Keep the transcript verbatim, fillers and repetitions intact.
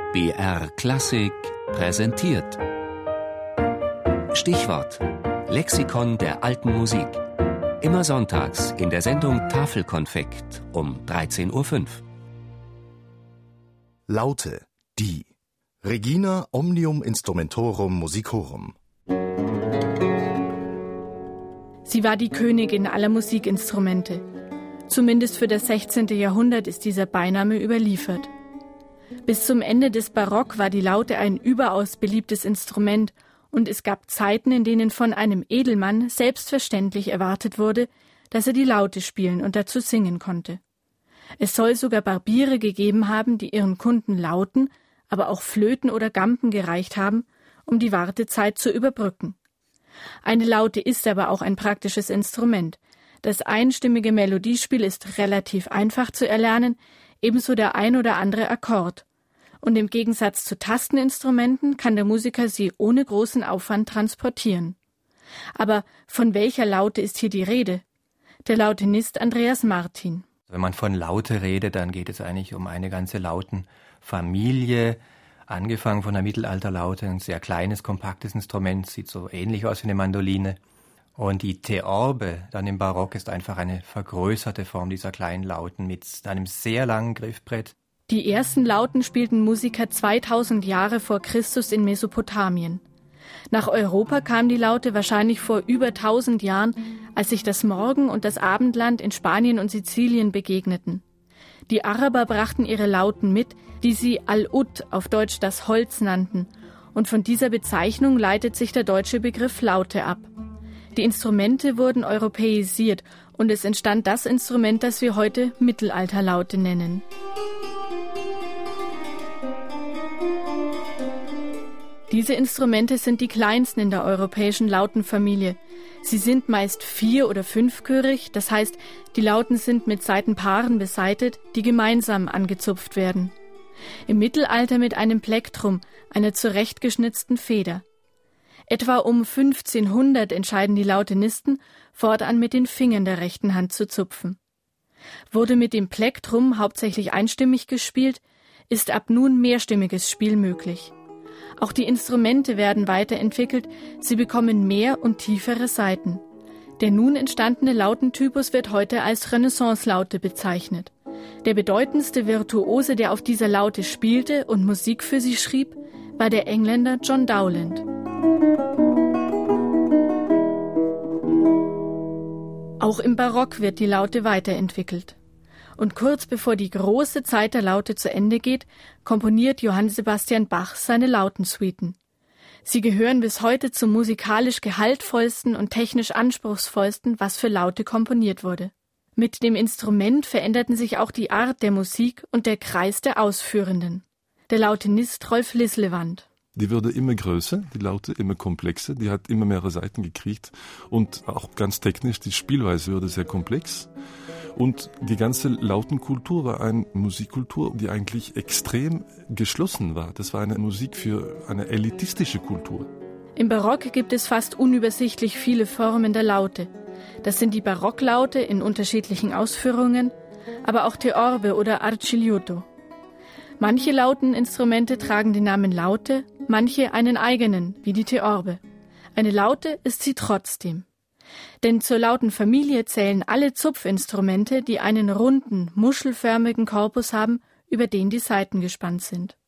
B R Klassik präsentiert. Stichwort: Lexikon der alten Musik. Immer sonntags in der Sendung Tafelkonfekt um dreizehn Uhr fünf. Laute, die. Regina omnium instrumentorum musicorum. Sie war die Königin aller Musikinstrumente. Zumindest für das sechzehnte. Jahrhundert ist dieser Beiname überliefert. Bis zum Ende des Barock war die Laute ein überaus beliebtes Instrument und es gab Zeiten, in denen von einem Edelmann selbstverständlich erwartet wurde, dass er die Laute spielen und dazu singen konnte. Es soll sogar Barbiere gegeben haben, die ihren Kunden Lauten, aber auch Flöten oder Gampen gereicht haben, um die Wartezeit zu überbrücken. Eine Laute ist aber auch ein praktisches Instrument. Das einstimmige Melodiespiel ist relativ einfach zu erlernen, ebenso der ein oder andere Akkord. Und im Gegensatz zu Tasteninstrumenten kann der Musiker sie ohne großen Aufwand transportieren. Aber von welcher Laute ist hier die Rede? Der Lautenist Andreas Martin. Wenn man von Laute redet, dann geht es eigentlich um eine ganze Lautenfamilie, angefangen von der Mittelalterlaute, ein sehr kleines, kompaktes Instrument, sieht so ähnlich aus wie eine Mandoline. Und die Theorbe dann im Barock ist einfach eine vergrößerte Form dieser kleinen Lauten mit einem sehr langen Griffbrett. Die ersten Lauten spielten Musiker zweitausend Jahre vor Christus in Mesopotamien. Nach Europa kam die Laute wahrscheinlich vor über tausend Jahren, als sich das Morgen- und das Abendland in Spanien und Sizilien begegneten. Die Araber brachten ihre Lauten mit, die sie Al-Ud, auf Deutsch das Holz nannten, und von dieser Bezeichnung leitet sich der deutsche Begriff Laute ab. Die Instrumente wurden europäisiert und es entstand das Instrument, das wir heute Mittelalterlaute nennen. Diese Instrumente sind die kleinsten in der europäischen Lautenfamilie. Sie sind meist vier- oder fünfchörig, das heißt, die Lauten sind mit Saitenpaaren besaitet, die gemeinsam angezupft werden. Im Mittelalter mit einem Plektrum, einer zurechtgeschnitzten Feder. Etwa um fünfzehnhundert entscheiden die Lautenisten, fortan mit den Fingern der rechten Hand zu zupfen. Wurde mit dem Plektrum hauptsächlich einstimmig gespielt, ist ab nun mehrstimmiges Spiel möglich. Auch die Instrumente werden weiterentwickelt, sie bekommen mehr und tiefere Saiten. Der nun entstandene Lautentypus wird heute als Renaissance-Laute bezeichnet. Der bedeutendste Virtuose, der auf dieser Laute spielte und Musik für sie schrieb, war der Engländer John Dowland. Auch im Barock wird die Laute weiterentwickelt. Und kurz bevor die große Zeit der Laute zu Ende geht, komponiert Johann Sebastian Bach seine Lautensuiten. Sie gehören bis heute zum musikalisch gehaltvollsten und technisch anspruchsvollsten, was für Laute komponiert wurde. Mit dem Instrument veränderten sich auch die Art der Musik und der Kreis der Ausführenden. Der Lautenist Rolf Lislewand. Die wurde immer größer, die Laute immer komplexer, die hat immer mehrere Seiten gekriegt und auch ganz technisch, die Spielweise wurde sehr komplex. Und die ganze Lautenkultur war eine Musikkultur, die eigentlich extrem geschlossen war. Das war eine Musik für eine elitistische Kultur. Im Barock gibt es fast unübersichtlich viele Formen der Laute. Das sind die Barocklaute in unterschiedlichen Ausführungen, aber auch Theorbe oder Arciliuto. Manche Lauteninstrumente tragen den Namen Laute, manche einen eigenen, wie die Theorbe. Eine Laute ist sie trotzdem. Denn zur Lautenfamilie zählen alle Zupfinstrumente, die einen runden, muschelförmigen Korpus haben, über den die Saiten gespannt sind.